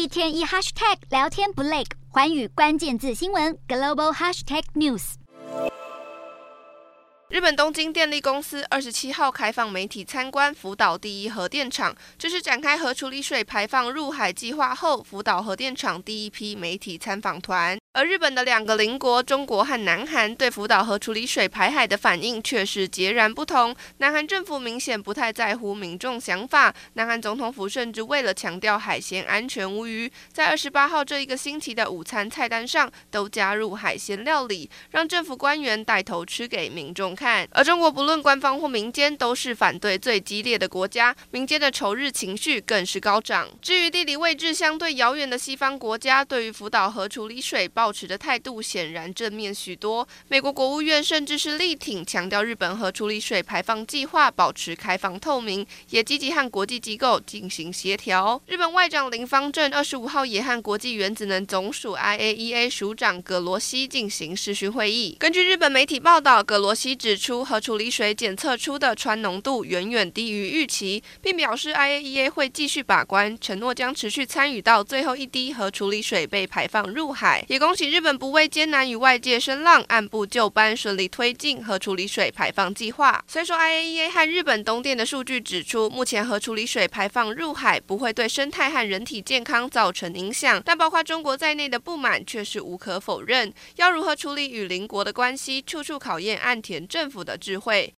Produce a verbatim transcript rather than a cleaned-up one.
一天一 hashtag 聊天不累，寰宇关键字新闻 global hashtag news。 日本东京电力公司二十七号开放媒体参观福岛第一核电厂，这是展开核处理水排放入海计划后，福岛核电厂第一批媒体参访团。而日本的两个邻国中国和南韩对福岛核处理水排海的反应却是截然不同。南韩政府明显不太在乎民众想法，南韩总统府甚至为了强调海鲜安全无虞，在二十八号这一个星期的午餐菜单上都加入海鲜料理，让政府官员带头吃给民众看。而中国不论官方或民间都是反对最激烈的国家，民间的仇日情绪更是高涨。至于地理位置相对遥远的西方国家，对于福岛核处理水抱持的态度显然正面许多。美国国务院甚至是力挺，强调日本核处理水排放计划保持开放透明，也积极和国际机构进行协调。日本外长林芳正二十五号也和国际原子能总署 I A E A 署长葛罗西进行视讯会议。根据日本媒体报道，葛罗西指出，核处理水检测出的氚浓度远远低于预期，并表示 I A E A 会继续把关，承诺将持续参与到最后一滴核处理水被排放入海。也恭喜日本不畏艰难与外界声浪，按部就班顺利推进核处理水排放计划。虽说 I A E A 和日本东电的数据指出，目前核处理水排放入海不会对生态和人体健康造成影响，但包括中国在内的不满却是无可否认。要如何处理与邻国的关系，处处考验岸田政府的智慧。